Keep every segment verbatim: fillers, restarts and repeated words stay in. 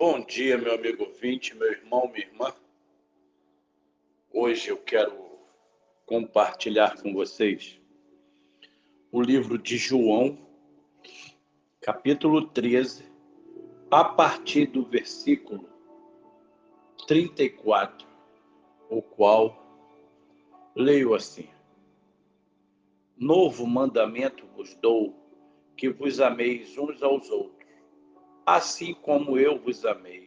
Bom dia, meu amigo ouvinte, meu irmão, minha irmã. Hoje eu quero compartilhar com vocês o livro de João, capítulo treze, a partir do versículo trinta e quatro, o qual leio assim: Novo mandamento vos dou, que vos ameis uns aos outros, assim como eu vos amei.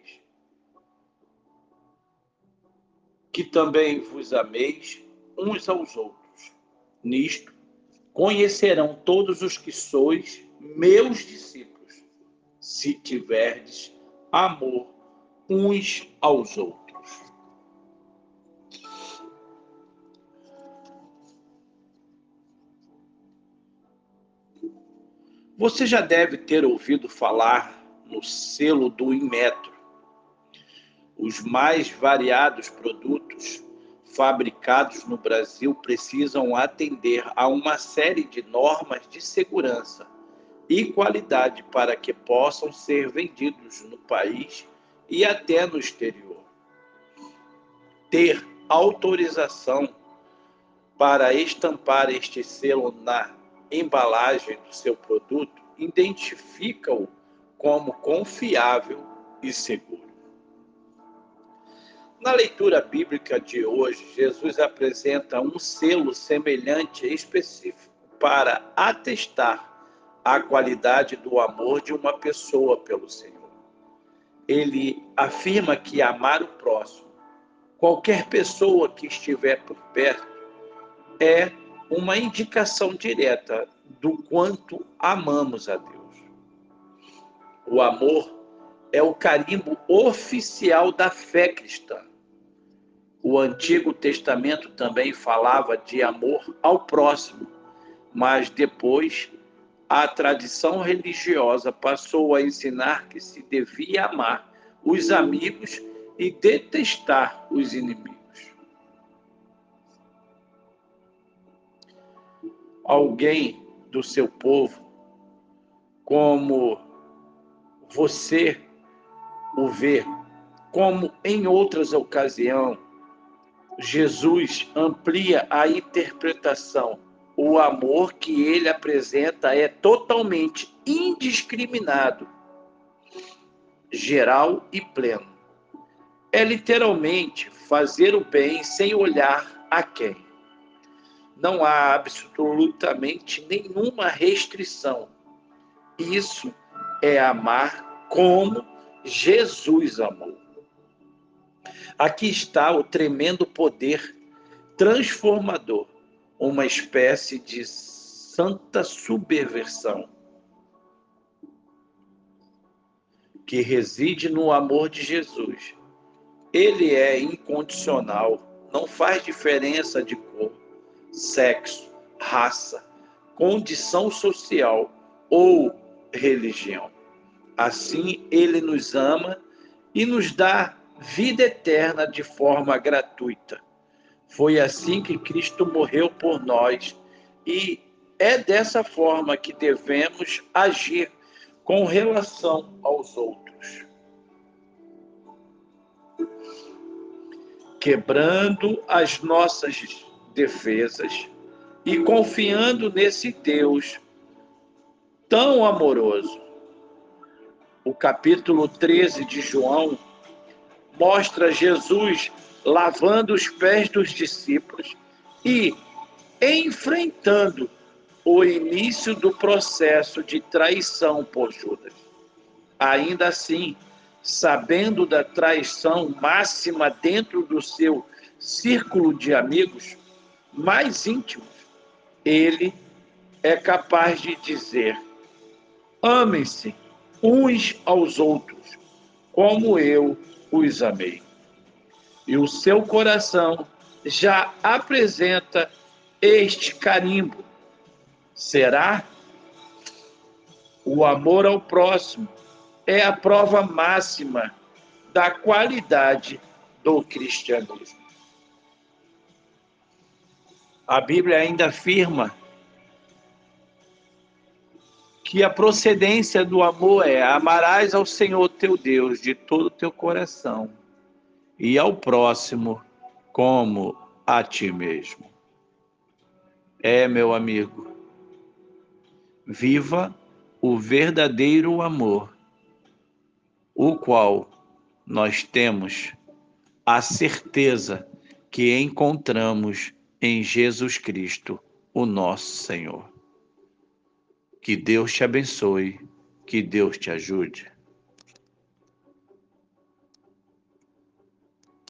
Que também vos ameis uns aos outros. Nisto conhecerão todos os que sois meus discípulos, se tiverdes amor uns aos outros. Você já deve ter ouvido falar no selo do Inmetro. Os mais variados produtos fabricados no Brasil precisam atender a uma série de normas de segurança e qualidade para que possam ser vendidos no país e até no exterior. Ter autorização para estampar este selo na embalagem do seu produto identifica-o como confiável e seguro. Na leitura bíblica de hoje, Jesus apresenta um selo semelhante e específico para atestar a qualidade do amor de uma pessoa pelo Senhor. Ele afirma que amar o próximo, qualquer pessoa que estiver por perto, é uma indicação direta do quanto amamos a Deus. O amor é o carimbo oficial da fé cristã. O Antigo Testamento também falava de amor ao próximo, mas depois a tradição religiosa passou a ensinar que se devia amar os amigos e detestar os inimigos. Alguém do seu povo, como você o vê, como em outras ocasiões, Jesus amplia a interpretação. O amor que ele apresenta é totalmente indiscriminado, geral e pleno. É literalmente fazer o bem sem olhar a quem. Não há absolutamente nenhuma restrição. Isso é amar como Jesus amou. Aqui está o tremendo poder transformador, uma espécie de santa subversão que reside no amor de Jesus. Ele é incondicional, não faz diferença de cor, sexo, raça, condição social ou religião. Assim, ele nos ama e nos dá vida eterna de forma gratuita. Foi assim que Cristo morreu por nós e é dessa forma que devemos agir com relação aos outros. Quebrando as nossas defesas e confiando nesse Deus tão amoroso. O capítulo treze de João mostra Jesus lavando os pés dos discípulos e enfrentando o início do processo de traição por Judas. Ainda assim, sabendo da traição máxima dentro do seu círculo de amigos mais íntimos, ele é capaz de dizer: amem-se uns aos outros, como eu os amei. E o seu coração já apresenta este carimbo. Será? O amor ao próximo é a prova máxima da qualidade do cristianismo. A Bíblia ainda afirma que a procedência do amor é: amarás ao Senhor teu Deus de todo o teu coração e ao próximo como a ti mesmo. É, meu amigo, viva o verdadeiro amor, o qual nós temos a certeza que encontramos em Jesus Cristo, o nosso Senhor. Que Deus te abençoe, que Deus te ajude.